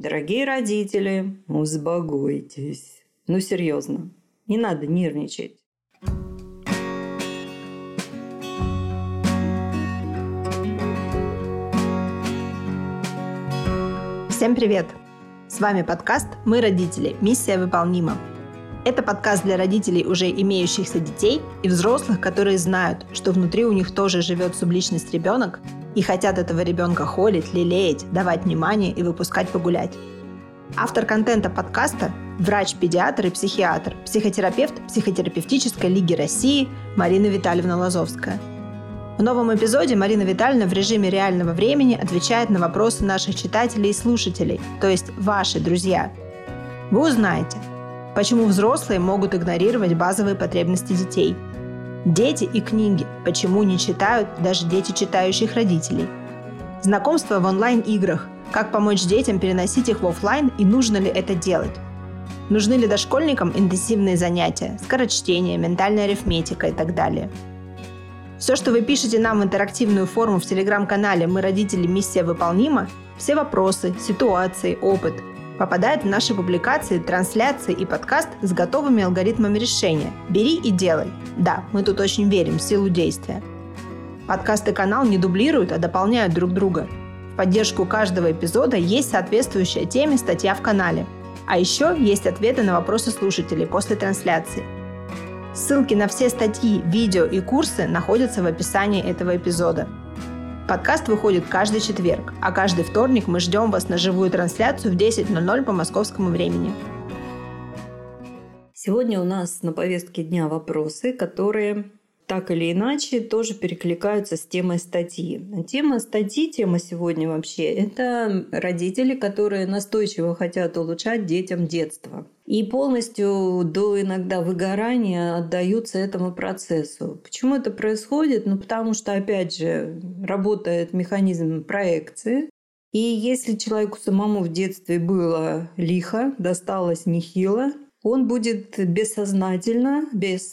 Дорогие родители, успокойтесь. Ну, серьезно, не надо нервничать. Всем привет! С вами подкаст «Мы родители. Миссия выполнима». Это подкаст для родителей, уже имеющихся детей, и взрослых, которые знают, что внутри у них тоже живет субличность ребенок, и хотят этого ребенка холить, лелеять, давать внимание и выпускать погулять. Автор контента подкаста – врач-педиатр и психиатр, психотерапевт Психотерапевтической лиги России Марина Витальевна Лазовская. В новом эпизоде Марина Витальевна в режиме реального времени отвечает на вопросы наших читателей и слушателей, то есть ваши друзья. Вы узнаете, почему взрослые могут игнорировать базовые потребности детей. Дети и книги, почему не читают даже дети читающих родителей. Знакомство в онлайн-играх, как помочь детям переносить их в офлайн и нужно ли это делать. Нужны ли дошкольникам интенсивные занятия, скорочтение, ментальная арифметика и так далее. Все, что вы пишете нам в интерактивную форму в телеграм-канале «Мы родители. Миссия выполнима», все вопросы, ситуации, опыт попадает в наши публикации, трансляции и подкаст с готовыми алгоритмами решения. Бери и делай. Да, мы тут очень верим в силу действия. Подкаст и канал не дублируют, а дополняют друг друга. В поддержку каждого эпизода есть соответствующая теме статья в канале. А еще есть ответы на вопросы слушателей после трансляции. Ссылки на все статьи, видео и курсы находятся в описании этого эпизода. Подкаст выходит каждый четверг, а каждый вторник мы ждем вас на живую трансляцию в 10:00 по московскому времени. Сегодня у нас на повестке дня вопросы, которые так или иначе тоже перекликаются с темой статьи. Тема статьи, тема сегодня вообще, это родители, которые настойчиво хотят улучшать детям детство. И полностью до иногда выгорания отдаются этому процессу. Почему это происходит? Потому что, опять же, работает механизм проекции. И если человеку самому в детстве было лихо, досталось нехило, он будет бессознательно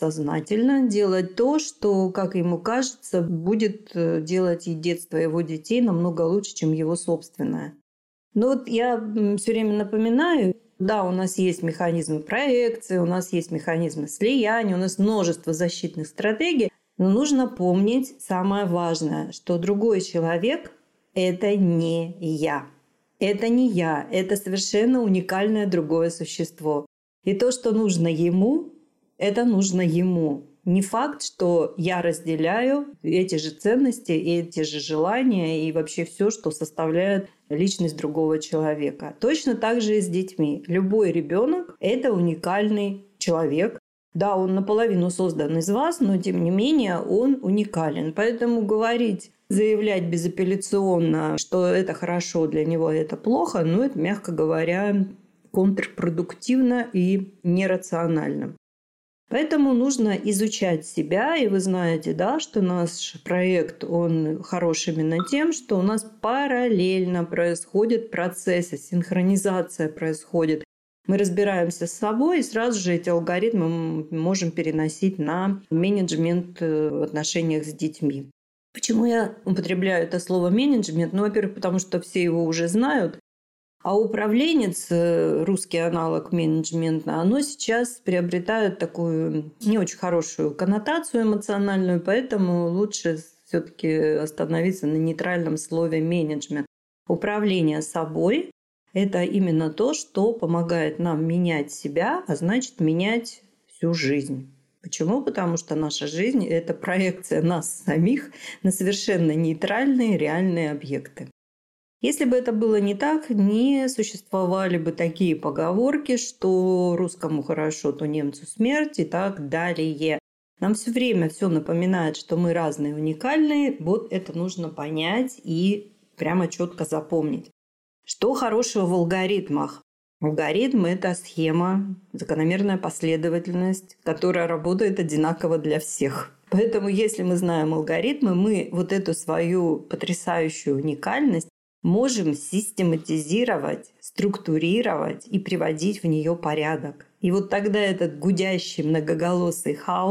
делать то, что, как ему кажется, будет делать и детство его детей намного лучше, чем его собственное. Но вот я все время напоминаю, да, у нас есть механизмы проекции, у нас есть механизмы слияния, у нас множество защитных стратегий, но нужно помнить самое важное, что другой человек – это не я. Это не я, это совершенно уникальное другое существо. И то, что нужно ему, это нужно ему. Не факт, что я разделяю эти же ценности, эти же желания и вообще все, что составляет личность другого человека. Точно так же и с детьми. Любой ребенок – это уникальный человек. Да, он наполовину создан из вас, но тем не менее он уникален. Поэтому заявлять безапелляционно, что это хорошо для него, это плохо, это, мягко говоря, контрпродуктивно и нерационально. Поэтому нужно изучать себя, и вы знаете, да, что наш проект, он хорош именно тем, что у нас параллельно происходят процессы, синхронизация происходит. Мы разбираемся с собой, и сразу же эти алгоритмы мы можем переносить на менеджмент в отношениях с детьми. Почему я употребляю это слово «менеджмент»? Во-первых, потому что все его уже знают. А управленец, русский аналог менеджмента, оно сейчас приобретает такую не очень хорошую коннотацию эмоциональную, поэтому лучше все-таки остановиться на нейтральном слове менеджмент. Управление собой – это именно то, что помогает нам менять себя, а значит менять всю жизнь. Почему? Потому что наша жизнь – это проекция нас самих на совершенно нейтральные реальные объекты. Если бы это было не так, не существовали бы такие поговорки, что русскому хорошо, то немцу смерть и так далее. Нам все время все напоминает, что мы разные, уникальные. Вот это нужно понять и прямо четко запомнить. Что хорошего в алгоритмах? Алгоритм – это схема, закономерная последовательность, которая работает одинаково для всех. Поэтому, если мы знаем алгоритмы, мы вот эту свою потрясающую уникальность можем систематизировать, структурировать и приводить в нее порядок. И вот тогда этот гудящий многоголосый хаос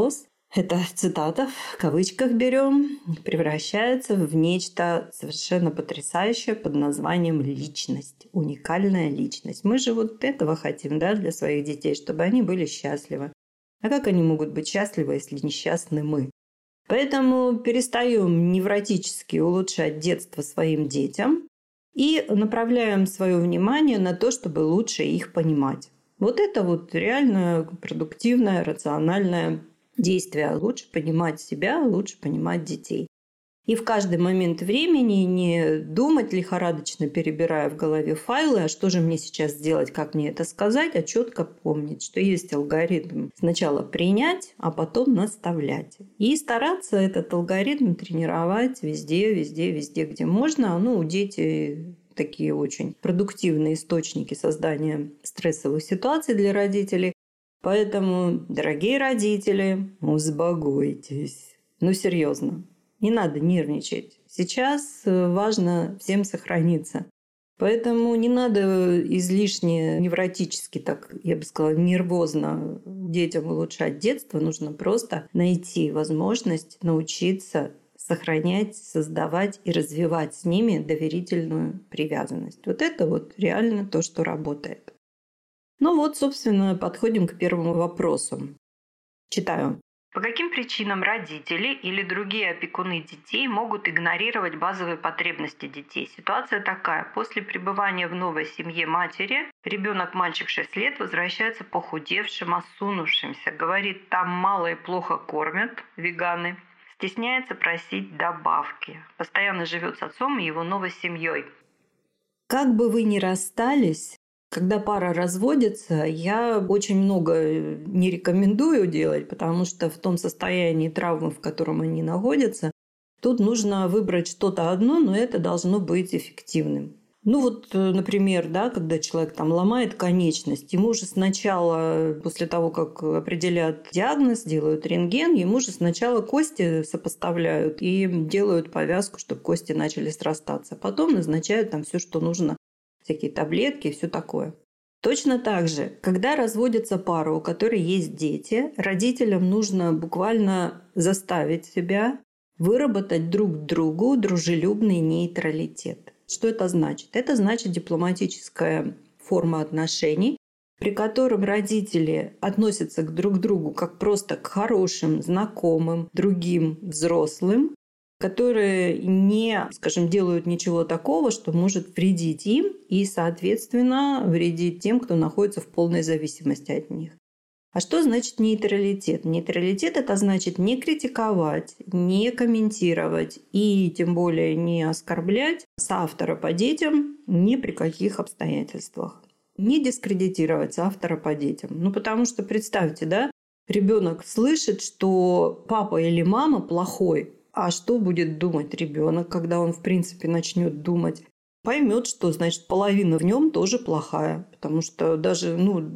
эта цитата в кавычках берем, превращается в нечто совершенно потрясающее под названием личность, уникальная личность. Мы же вот этого хотим, да, для своих детей, чтобы они были счастливы. А как они могут быть счастливы, если несчастны мы? Поэтому перестаем невротически улучшать детство своим детям и направляем свое внимание на то, чтобы лучше их понимать. Вот это вот реально продуктивное, рациональное действие. Лучше понимать себя, лучше понимать детей. И в каждый момент времени не думать лихорадочно, перебирая в голове файлы, а что же мне сейчас сделать, как мне это сказать, а четко помнить, что есть алгоритм сначала принять, а потом наставлять. И стараться этот алгоритм тренировать везде, где можно. Дети такие очень продуктивные источники создания стрессовых ситуаций для родителей. Поэтому, дорогие родители, успокойтесь. Серьезно. Не надо нервничать. Сейчас важно всем сохраниться. Поэтому не надо излишне невротически, так я бы сказала, нервозно детям улучшать детство. Нужно просто найти возможность научиться сохранять, создавать и развивать с ними доверительную привязанность. Вот это вот реально то, что работает. Собственно, подходим к первому вопросу. Читаю. По каким причинам родители или другие опекуны детей могут игнорировать базовые потребности детей? Ситуация такая. После пребывания в новой семье матери ребенок, мальчик 6 лет, возвращается похудевшим, осунувшимся. Говорит, там мало и плохо кормят, веганы. Стесняется просить добавки. Постоянно живет с отцом и его новой семьей. Как бы вы ни расстались, когда пара разводится, я очень много не рекомендую делать, потому что в том состоянии травмы, в котором они находятся, тут нужно выбрать что-то одно, но это должно быть эффективным. Например, когда человек ломает конечность, ему же сначала, после того, как определят диагноз, делают рентген, ему же сначала кости сопоставляют и делают повязку, чтобы кости начали срастаться. Потом назначают все, что нужно, всякие таблетки и все такое. Точно так же, когда разводится пара, у которой есть дети, родителям нужно буквально заставить себя выработать друг к другу дружелюбный нейтралитет. Что это значит? Это значит дипломатическая форма отношений, при котором родители относятся друг к другу как просто к хорошим, знакомым, другим взрослым, которые не, делают ничего такого, что может вредить им и, соответственно, вредить тем, кто находится в полной зависимости от них. А что значит нейтралитет? Нейтралитет – это значит не критиковать, не комментировать и тем более не оскорблять соавтора по детям ни при каких обстоятельствах. Не дискредитировать соавтора по детям. Потому что, представьте, ребенок слышит, что папа или мама плохой. А что будет думать ребенок, когда он, в принципе, начнет думать? Поймет, что, значит, половина в нем тоже плохая. Потому что даже,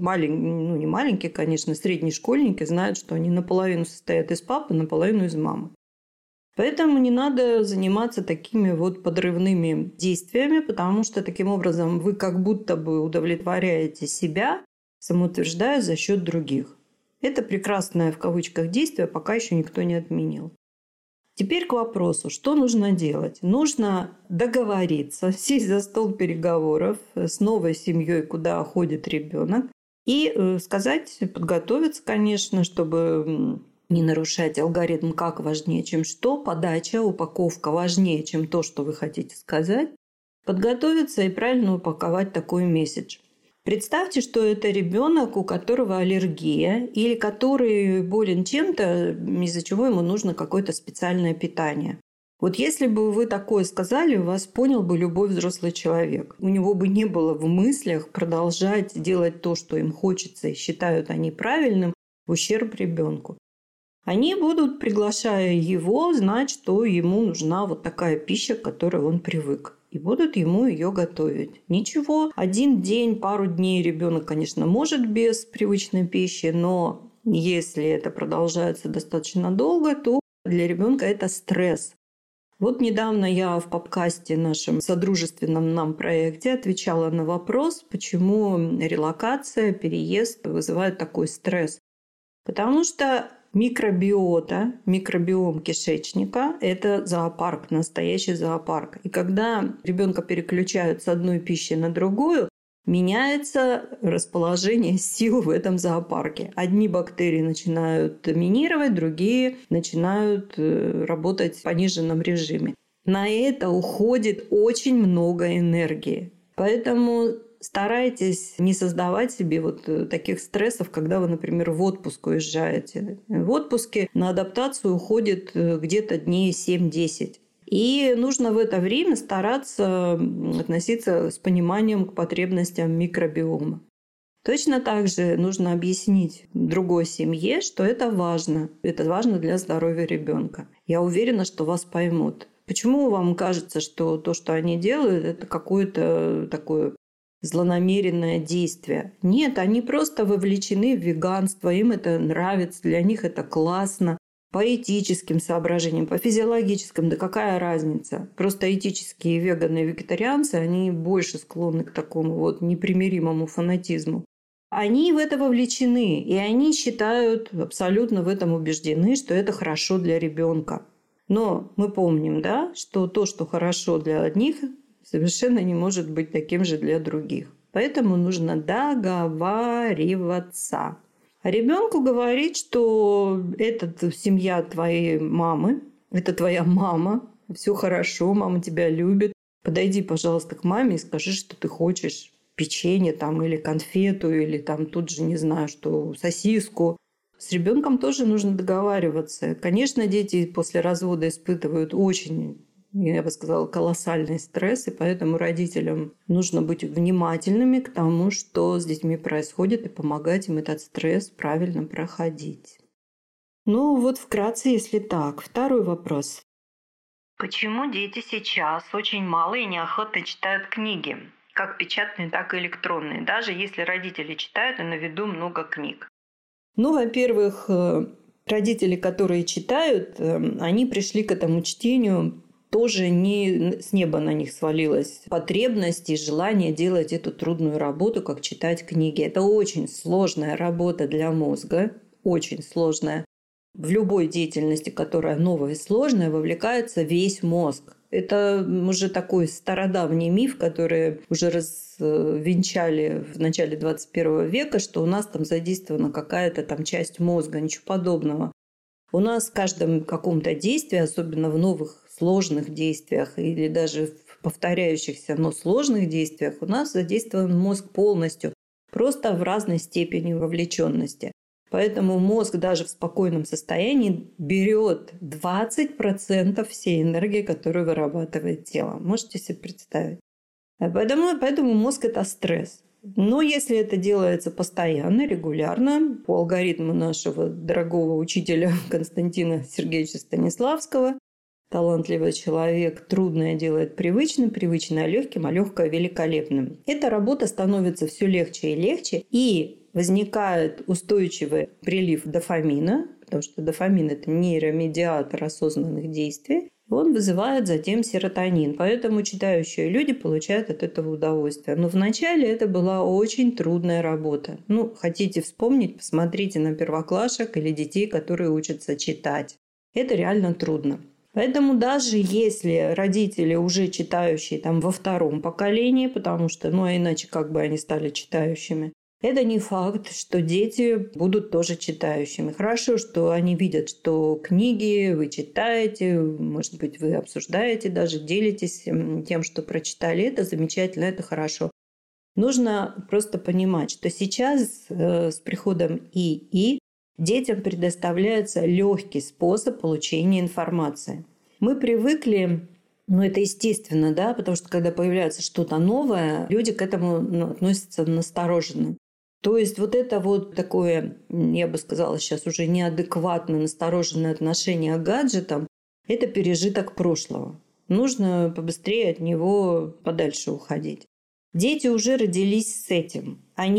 не маленькие, конечно, средние школьники знают, что они наполовину состоят из папы, наполовину из мамы. Поэтому не надо заниматься такими подрывными действиями, потому что таким образом вы как будто бы удовлетворяете себя, самоутверждая за счет других. Это прекрасное в кавычках действие пока еще никто не отменил. Теперь к вопросу, что нужно делать? Нужно договориться, сесть за стол переговоров с новой семьей, куда ходит ребенок, и сказать, подготовиться, конечно, чтобы не нарушать алгоритм «как важнее, чем что», подача, упаковка важнее, чем то, что вы хотите сказать, подготовиться и правильно упаковать такой месседж. Представьте, что это ребенок, у которого аллергия или который болен чем-то, из-за чего ему нужно какое-то специальное питание. Если бы вы такое сказали, вас понял бы любой взрослый человек. У него бы не было в мыслях продолжать делать то, что им хочется и считают они правильным, в ущерб ребенку. Они будут, приглашая его, знать, что ему нужна такая пища, к которой он привык. И будут ему ее готовить. Ничего, один день, пару дней ребенок, конечно, может без привычной пищи, но если это продолжается достаточно долго, то для ребенка это стресс. Недавно я в подкасте нашем содружественном нам проекте отвечала на вопрос, почему релокация, переезд вызывают такой стресс. Потому что Микробиота, микробиом кишечника – это зоопарк, настоящий зоопарк. И когда ребенка переключают с одной пищи на другую, меняется расположение сил в этом зоопарке. Одни бактерии начинают доминировать, другие начинают работать в пониженном режиме. На это уходит очень много энергии. Поэтому старайтесь не создавать себе таких стрессов, когда вы, например, в отпуск уезжаете. В отпуске на адаптацию уходит где-то дней 7-10. И нужно в это время стараться относиться с пониманием к потребностям микробиома. Точно так же нужно объяснить другой семье, что это важно. Это важно для здоровья ребенка. Я уверена, что вас поймут. Почему вам кажется, что то, что они делают, это какое-то такое злонамеренное действие? Нет, они просто вовлечены в веганство, им это нравится, для них это классно. По этическим соображениям, по физиологическим, да какая разница? Просто этические веганы и вегетарианцы, они больше склонны к такому непримиримому фанатизму. Они в это вовлечены, и они считают, абсолютно в этом убеждены, что это хорошо для ребенка. Но мы помним, что то, что хорошо для одних, совершенно не может быть таким же для других. Поэтому нужно договариваться. А ребенку говорить, что это семья твоей мамы, это твоя мама, все хорошо, мама тебя любит. Подойди, пожалуйста, к маме и скажи, что ты хочешь печенье или конфету, или тут же, не знаю, что сосиску. С ребенком тоже нужно договариваться. Конечно, дети после развода испытывают очень, я бы сказала, колоссальный стресс, и поэтому родителям нужно быть внимательными к тому, что с детьми происходит, и помогать им этот стресс правильно проходить. Вкратце, если так. Второй вопрос. Почему дети сейчас очень мало и неохотно читают книги? Как печатные, так и электронные. Даже если родители читают, и на виду много книг. Во-первых, родители, которые читают, они пришли к этому чтению тоже не с неба на них свалилась потребность и желание делать эту трудную работу, как читать книги. Это очень сложная работа для мозга, очень сложная. В любой деятельности, которая новая и сложная, вовлекается весь мозг. Это уже такой стародавний миф, который уже развенчали в начале 21 века, что у нас там задействована какая-то часть мозга, ничего подобного. У нас в каждом каком-то действии, особенно в новых сложных действиях или даже в повторяющихся, но сложных действиях, у нас задействован мозг полностью, просто в разной степени вовлеченности. Поэтому мозг даже в спокойном состоянии берет 20% всей энергии, которую вырабатывает тело. Можете себе представить? Поэтому мозг – это стресс. Но если это делается постоянно, регулярно, по алгоритму нашего дорогого учителя Константина Сергеевича Станиславского, талантливый человек трудное делает привычным, привычное легким, а легкое великолепным. Эта работа становится все легче и легче, и возникает устойчивый прилив дофамина, потому что дофамин – это нейромедиатор осознанных действий. Он вызывает затем серотонин. Поэтому читающие люди получают от этого удовольствие. Но вначале это была очень трудная работа. Хотите вспомнить, посмотрите на первоклашек или детей, которые учатся читать. Это реально трудно. Поэтому даже если родители уже читающие во втором поколении, потому что, иначе как бы они стали читающими, это не факт, что дети будут тоже читающими. Хорошо, что они видят, что книги вы читаете, может быть, вы обсуждаете, даже делитесь тем, что прочитали. Это замечательно, это хорошо. Нужно просто понимать, что сейчас с приходом ИИ детям предоставляется легкий способ получения информации. Мы привыкли, это естественно, потому что когда появляется что-то новое, люди к этому относятся настороженно. То есть это такое, я бы сказала, сейчас уже неадекватное, настороженное отношение к гаджетам – это пережиток прошлого. Нужно побыстрее от него подальше уходить. Дети уже родились с этим.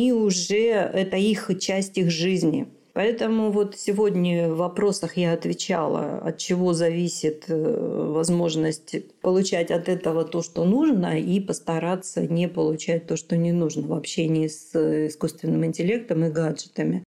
Это их часть их жизни. Поэтому сегодня в вопросах я отвечала, от чего зависит возможность получать от этого то, что нужно, и постараться не получать то, что не нужно в общении с искусственным интеллектом и гаджетами.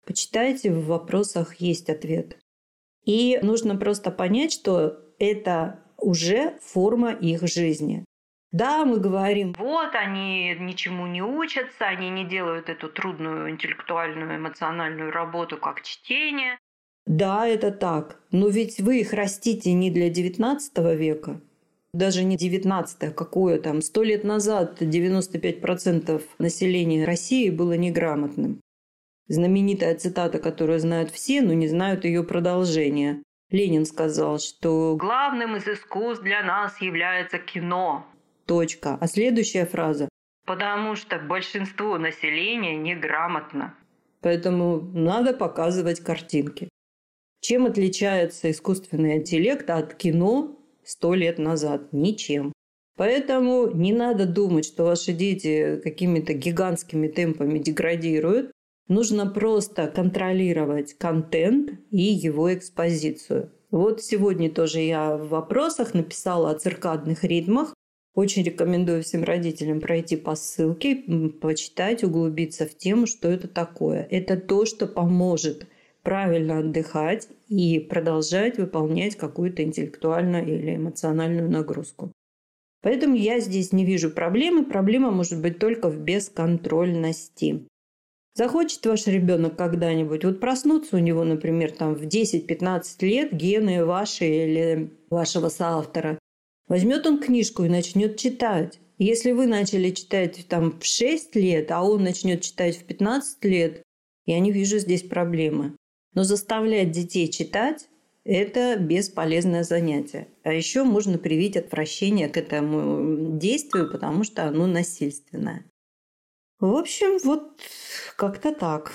Почитайте, в вопросах есть ответ. И нужно просто понять, что это уже форма их жизни. Да, мы говорим, вот они ничему не учатся, они не делают эту трудную интеллектуальную, эмоциональную работу, как чтение. Да, это так. Но ведь вы их растите не для XIX века, даже не 19-е, какое там, 100 лет назад 95% населения России было неграмотным. Знаменитая цитата, которую знают все, но не знают ее продолжения. Ленин сказал, что главным из искусств для нас является кино. Точка. А следующая фраза. Потому что большинство населения неграмотно. Поэтому надо показывать картинки. Чем отличается искусственный интеллект от кино 100 лет назад? Ничем. Поэтому не надо думать, что ваши дети какими-то гигантскими темпами деградируют. Нужно просто контролировать контент и его экспозицию. Вот сегодня тоже я в вопросах написала о циркадных ритмах. Очень рекомендую всем родителям пройти по ссылке, почитать, углубиться в тему, что это такое. Это то, что поможет правильно отдыхать и продолжать выполнять какую-то интеллектуальную или эмоциональную нагрузку. Поэтому я здесь не вижу проблемы. Проблема может быть только в бесконтрольности. Захочет ваш ребенок когда-нибудь проснуться у него, например, там в 10-15 лет гены ваши или вашего соавтора. Возьмет он книжку и начнет читать. Если вы начали читать там в 6 лет, а он начнет читать в 15 лет, я не вижу здесь проблемы. Но заставлять детей читать – это бесполезное занятие. А еще можно привить отвращение к этому действию, потому что оно насильственное. В общем, вот как-то так.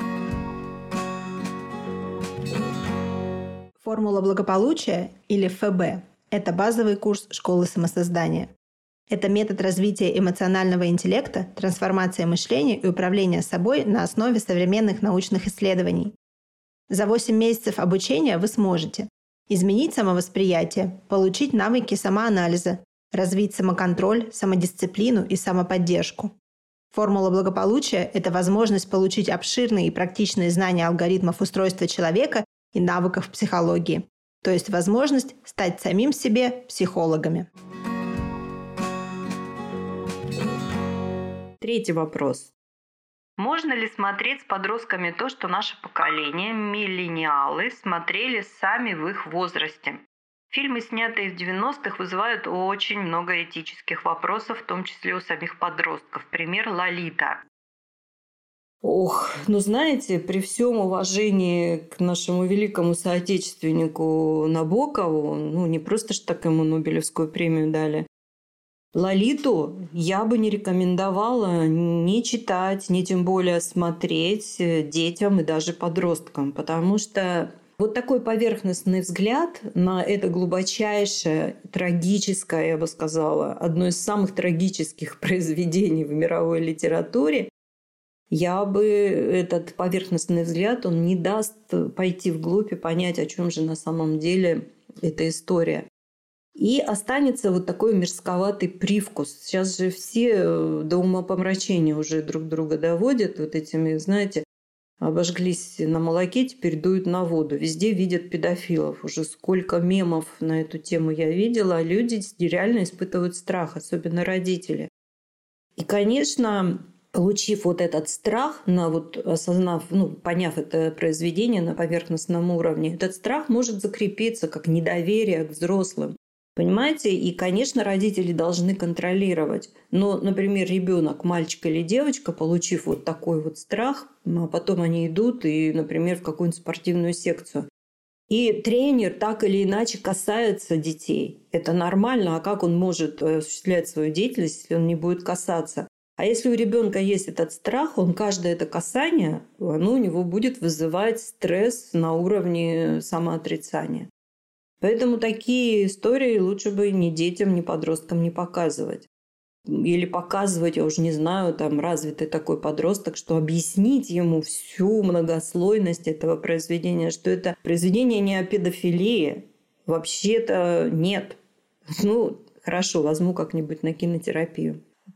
Формула благополучия или ФБ – это базовый курс школы самосоздания. Это метод развития эмоционального интеллекта, трансформации мышления и управления собой на основе современных научных исследований. За 8 месяцев обучения вы сможете изменить самовосприятие, получить навыки самоанализа, развить самоконтроль, самодисциплину и самоподдержку. Формула благополучия – это возможность получить обширные и практичные знания алгоритмов устройства человека и навыков психологии, то есть возможность стать самим себе психологами. Третий вопрос. Можно ли смотреть с подростками то, что наше поколение, миллениалы, смотрели сами в их возрасте? Фильмы, снятые в 90-х, вызывают очень много этических вопросов, в том числе у самих подростков. Пример «Лолита». Знаете, при всем уважении к нашему великому соотечественнику Набокову, не просто ж так ему Нобелевскую премию дали, «Лолиту» я бы не рекомендовала ни читать, ни тем более смотреть детям и даже подросткам, потому что такой поверхностный взгляд на это глубочайшее, трагическое, я бы сказала, одно из самых трагических произведений в мировой литературе, этот поверхностный взгляд, он не даст пойти вглубь и понять, о чем же на самом деле эта история. И останется такой мерзковатый привкус. Сейчас же все до умопомрачения уже друг друга доводят этими, знаете, обожглись на молоке, теперь дуют на воду. Везде видят педофилов. Уже сколько мемов на эту тему я видела. А люди реально испытывают страх, особенно родители. И, конечно, получив этот страх, осознав, поняв это произведение на поверхностном уровне, этот страх может закрепиться как недоверие к взрослым. Понимаете? И, конечно, родители должны контролировать. Но, например, ребенок, мальчик или девочка, получив такой страх, а потом они идут например, в какую-нибудь спортивную секцию. И тренер так или иначе касается детей. Это нормально. А как он может осуществлять свою деятельность, если он не будет касаться? А если у ребенка есть этот страх, каждое это касание, оно у него будет вызывать стресс на уровне самоотрицания. Поэтому такие истории лучше бы ни детям, ни подросткам не показывать. Или показывать, я уже не знаю, развитый такой подросток, что объяснить ему всю многослойность этого произведения, что это произведение не о педофилии. Вообще-то нет. Хорошо, возьму как-нибудь на кинотерапию.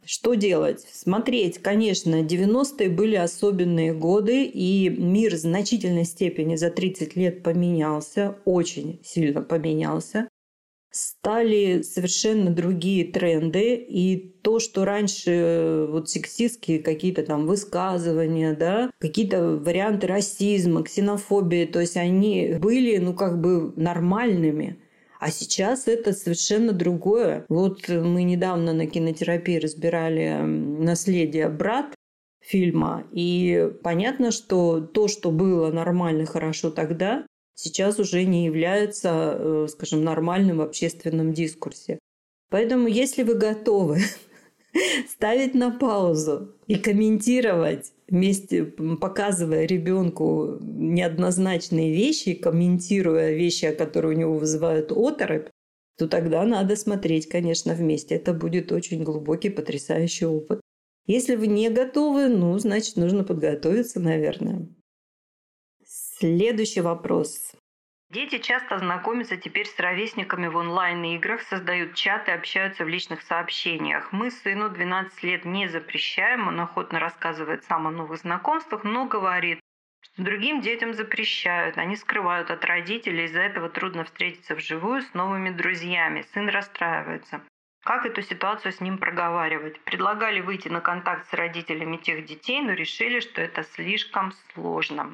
Что делать? Смотреть, конечно, 90-е были особенные годы, и мир в значительной степени за 30 лет поменялся, очень сильно поменялся. Стали совершенно другие тренды, и то, что раньше вот сексистские какие-то там высказывания, да, какие-то варианты расизма, ксенофобии, то есть они были, нормальными. А сейчас это совершенно другое. Вот мы недавно на кинотерапии разбирали «Наследие. Брат» фильма, и понятно, что то, что было нормально, хорошо тогда, сейчас уже не является, нормальным в общественном дискурсе. Поэтому, если вы готовы ставить на паузу и комментировать вместе, показывая ребенку неоднозначные вещи, комментируя вещи, которые у него вызывают оторопь, то тогда надо смотреть, конечно, вместе. Это будет очень глубокий, потрясающий опыт. Если вы не готовы, значит, нужно подготовиться, наверное. Следующий вопрос. Дети часто знакомятся теперь с ровесниками в онлайн-играх, создают чаты, общаются в личных сообщениях. Мы сыну 12 лет не запрещаем, он охотно рассказывает сам о новых знакомствах, но говорит, что другим детям запрещают, они скрывают от родителей, из-за этого трудно встретиться вживую с новыми друзьями. Сын расстраивается. Как эту ситуацию с ним проговаривать? Предлагали выйти на контакт с родителями тех детей, но решили, что это слишком сложно.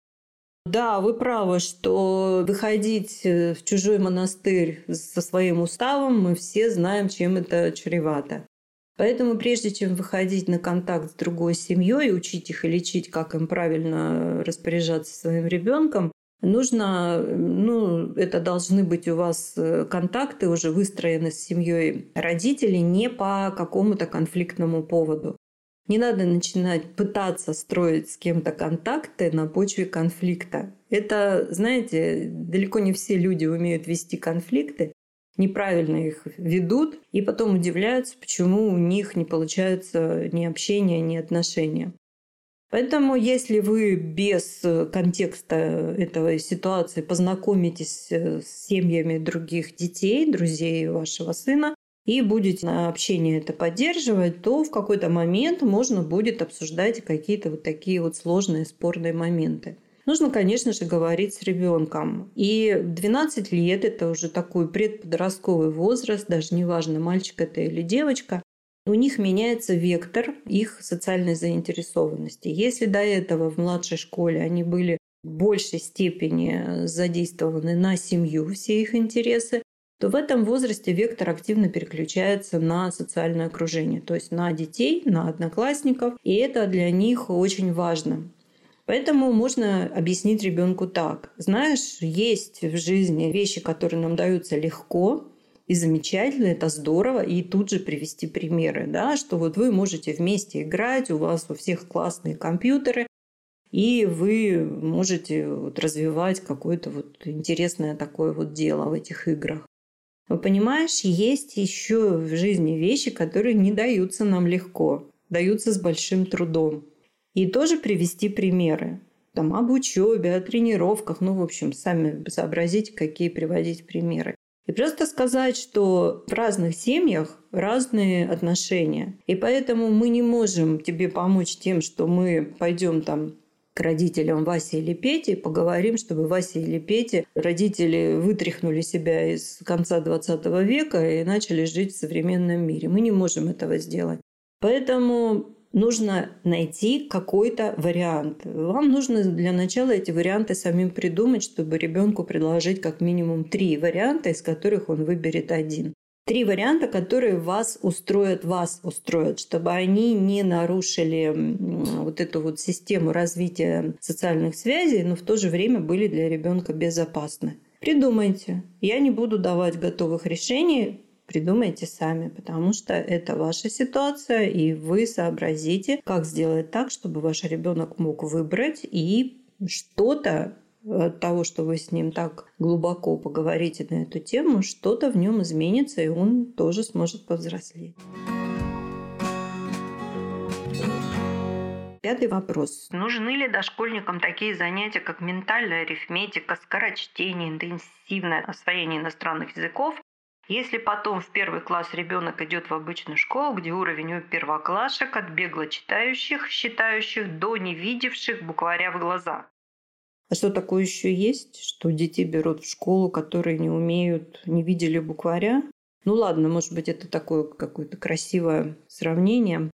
Да, вы правы, что выходить в чужой монастырь со своим уставом, мы все знаем, чем это чревато. Поэтому прежде чем выходить на контакт с другой семьей, учить их и лечить, как им правильно распоряжаться своим ребенком, нужно, это должны быть у вас контакты уже выстроены с семьей родителей не по какому-то конфликтному поводу. Не надо начинать пытаться строить с кем-то контакты на почве конфликта. Это, знаете, далеко не все люди умеют вести конфликты, неправильно их ведут, и потом удивляются, почему у них не получается ни общения, ни отношения. Поэтому, если вы без контекста этой ситуации познакомитесь с семьями других детей, друзей вашего сына, и будете на общение это поддерживать, то в какой-то момент можно будет обсуждать какие-то вот такие вот сложные, спорные моменты. Нужно, конечно же, говорить с ребенком. И 12 лет – это уже такой предподростковый возраст, даже неважно, мальчик это или девочка, у них меняется вектор их социальной заинтересованности. Если до этого в младшей школе они были в большей степени задействованы на семью, все их интересы, то в этом возрасте вектор активно переключается на социальное окружение, то есть на детей, на одноклассников, и это для них очень важно. Поэтому можно объяснить ребенку так. Знаешь, есть в жизни вещи, которые нам даются легко и замечательно, это здорово, и тут же привести примеры, да, что вот вы можете вместе играть, у вас у всех классные компьютеры, и вы можете развивать какое-то интересное такое дело в этих играх. Но понимаешь, есть еще в жизни вещи, которые не даются нам легко, даются с большим трудом. И тоже привести примеры. Об учебе, о тренировках, сами сообразите, какие приводить примеры. И просто сказать, что в разных семьях разные отношения. И поэтому мы не можем тебе помочь тем, что мы пойдем к родителям Васи или Пети, поговорим, чтобы Вася или Пети родители вытряхнули себя из конца 20 века и начали жить в современном мире. Мы не можем этого сделать. Поэтому нужно найти какой-то вариант. Вам нужно для начала эти варианты самим придумать, чтобы ребенку предложить как минимум 3 варианта, из которых он выберет один. 3 варианта, которые вас устроят, чтобы они не нарушили эту систему развития социальных связей, но в то же время были для ребенка безопасны. Придумайте. Я не буду давать готовых решений, придумайте сами, потому что это ваша ситуация, и вы сообразите, как сделать так, чтобы ваш ребенок мог выбрать и что-то от того, что вы с ним так глубоко поговорите на эту тему, что-то в нем изменится, и он тоже сможет повзрослеть. 5-й вопрос. Нужны ли дошкольникам такие занятия, как ментальная арифметика, скорочтение, интенсивное освоение иностранных языков Если потом в 1 класс ребенок идет в обычную школу, где уровень у первоклашек от бегло читающих, считающих, до не видевших букваря в глаза. А что такое еще есть, что детей берут в школу, которые не умеют, не видели букваря? Ну ладно, может быть, это такое какое-то красивое сравнение.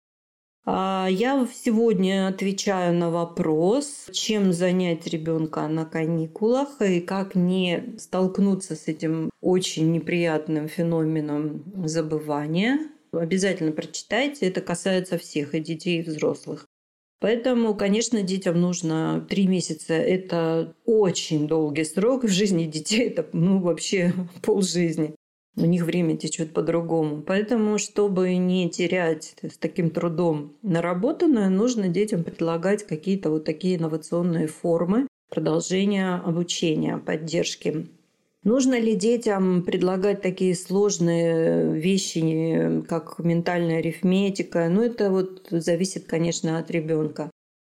Я сегодня отвечаю на вопрос, чем занять ребенка на каникулах и как не столкнуться с этим очень неприятным феноменом забывания. Обязательно прочитайте, это касается всех, и детей, и взрослых. Поэтому, конечно, детям нужно 3 месяца. Это очень долгий срок. В жизни детей это вообще полжизни. У них время течет по-другому. Поэтому, чтобы не терять с таким трудом наработанное, нужно детям предлагать какие-то вот такие инновационные формы продолжения обучения, поддержки. Нужно ли детям предлагать такие сложные вещи, как ментальная арифметика? Это вот зависит, конечно, от ребенка.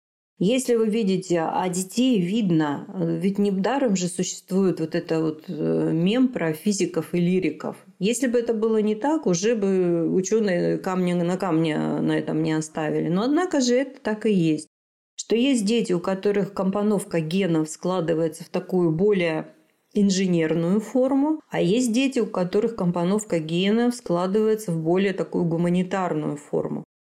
Если вы видите, а детей видно, ведь недаром же существует вот это вот мем про физиков и лириков. Если бы это было не так, уже бы ученые камня на камне на этом не оставили. Но однако же это так и есть. Что есть дети, у которых компоновка генов складывается в такую более инженерную форму, а есть дети, у которых компоновка генов складывается в более такую гуманитарную форму.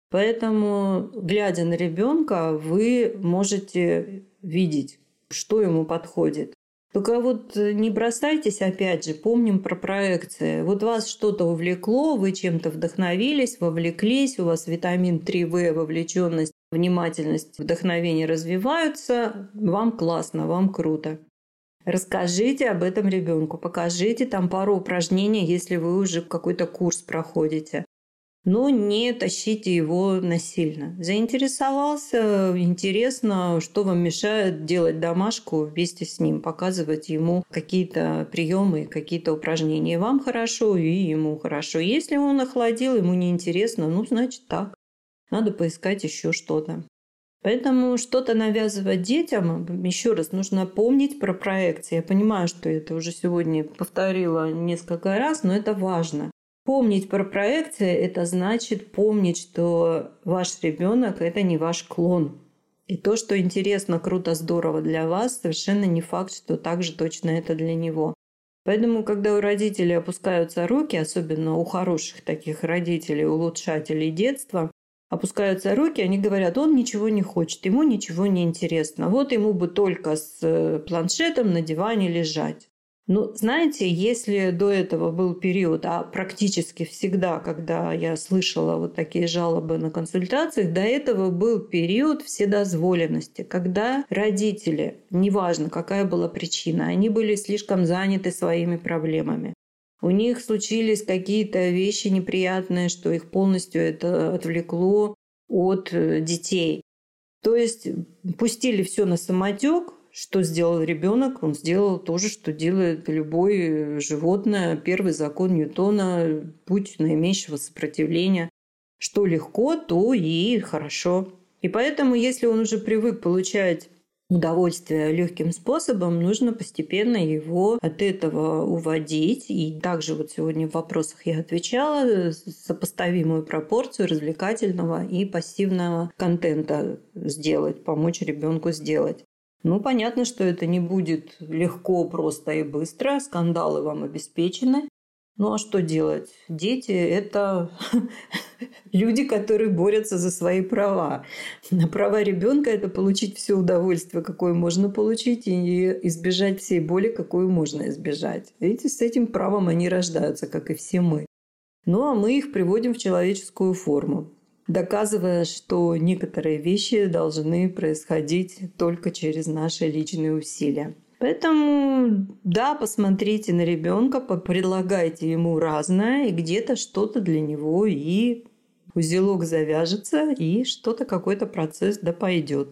Поэтому, глядя на ребенка, вы можете видеть, что ему подходит. Только вот не бросайтесь, опять же, помним про проекции. Вот вас что-то увлекло, вы чем-то вдохновились, вовлеклись, у вас витамин 3В, вовлеченность, внимательность, вдохновение развиваются, вам классно, вам круто. Расскажите об этом ребенку, покажите там пару упражнений, если вы уже какой-то курс проходите. Но не тащите его насильно. Заинтересовался, интересно, что вам мешает делать домашку вместе с ним, показывать ему какие-то приемы, какие-то упражнения. Вам хорошо, и ему хорошо. Если он охладил, ему неинтересно, значит так. Надо поискать еще что-то. Поэтому что-то навязывать детям, еще раз, нужно помнить про проекции. Я понимаю, что это уже сегодня повторила несколько раз, но это важно. Помнить про проекции – это значит помнить, что ваш ребенок – это не ваш клон. И то, что интересно, круто, здорово для вас, совершенно не факт, что так же точно это для него. Поэтому, когда у родителей опускаются руки, особенно у хороших таких родителей, улучшателей детства, опускаются руки, они говорят, он ничего не хочет, ему ничего не интересно. Вот ему бы только с планшетом на диване лежать. Знаете, если до этого был период, а практически всегда, когда я слышала вот такие жалобы на консультациях, до этого был период вседозволенности, когда родители, неважно какая была причина, они были слишком заняты своими проблемами. У них случились какие-то вещи неприятные, что их полностью это отвлекло от детей. То есть пустили все на самотек. Что сделал ребенок? Он сделал то же, что делает любое животное. Первый закон Ньютона – путь наименьшего сопротивления. Что легко, то и хорошо. И поэтому, если он уже привык получать удовольствие легким способом, нужно постепенно его от этого уводить. И также вот сегодня в вопросах я отвечала сопоставимую пропорцию развлекательного и пассивного контента сделать, помочь ребенку сделать. Понятно, что это не будет легко, просто и быстро. Скандалы вам обеспечены. А что делать? Дети – это люди, которые борются за свои права. А права ребенка – это получить все удовольствие, какое можно получить, и избежать всей боли, какую можно избежать. Видите, с этим правом они рождаются, как и все мы. А мы их приводим в человеческую форму, доказывая, что некоторые вещи должны происходить только через наши личные усилия. Поэтому, да, посмотрите на ребенка, предлагайте ему разное, и где-то что-то для него и узелок завяжется, и что-то, какой-то процесс пойдет.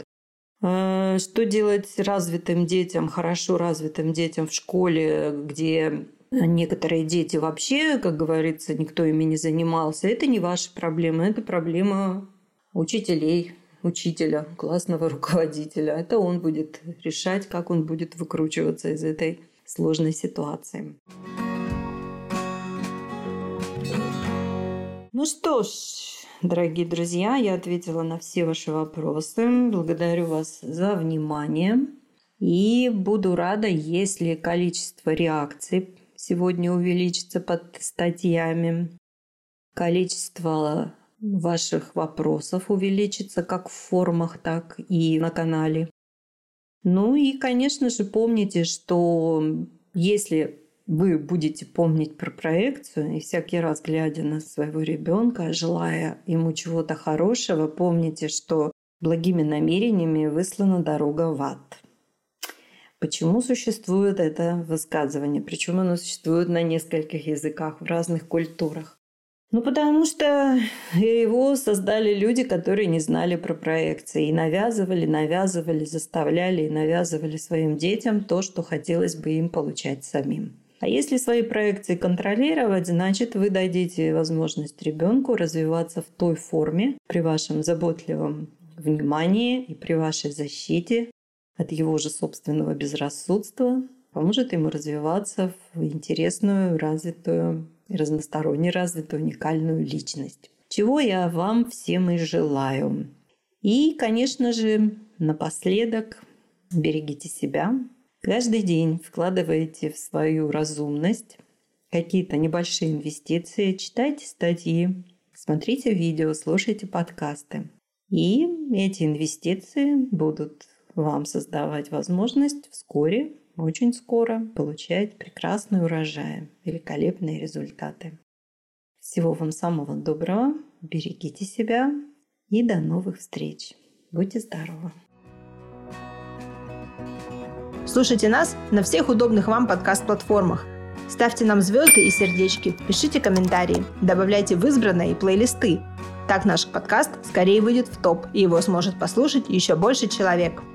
Что делать развитым детям, хорошо развитым детям в школе, где некоторые дети вообще, как говорится, никто ими не занимался. Это не ваша проблема, это проблема учителей, учителя, классного руководителя. Это он будет решать, как он будет выкручиваться из этой сложной ситуации. Ну что ж, дорогие друзья, я ответила на все ваши вопросы. Благодарю вас за внимание. И буду рада, если количество реакций сегодня увеличится под статьями, количество ваших вопросов увеличится как в форумах, так и на канале. Ну и, конечно же, помните, что если вы будете помнить про проекцию и всякий раз, глядя на своего ребенка, желая ему чего-то хорошего, помните, что благими намерениями выслана дорога в ад. Почему существует это высказывание? Причем оно существует на нескольких языках, в разных культурах. Ну, потому что его создали люди, которые не знали про проекции. И навязывали, заставляли и навязывали своим детям то, что хотелось бы им получать самим. А если свои проекции контролировать, значит, вы дадите возможность ребенку развиваться в той форме, при вашем заботливом внимании и при вашей защите от его же собственного безрассудства, поможет ему развиваться в интересную, развитую, разносторонне развитую, уникальную личность. Чего я вам всем и желаю. И, конечно же, напоследок берегите себя. Каждый день вкладывайте в свою разумность какие-то небольшие инвестиции, читайте статьи, смотрите видео, слушайте подкасты. И эти инвестиции будут вам создавать возможность вскоре, очень скоро получать прекрасные урожаи, великолепные результаты. Всего вам самого доброго, берегите себя и до новых встреч. Будьте здоровы! Слушайте нас на всех удобных вам подкаст-платформах. Ставьте нам звезды и сердечки, пишите комментарии, добавляйте в избранные и плейлисты. Так наш подкаст скорее выйдет в топ, и его сможет послушать еще больше человек.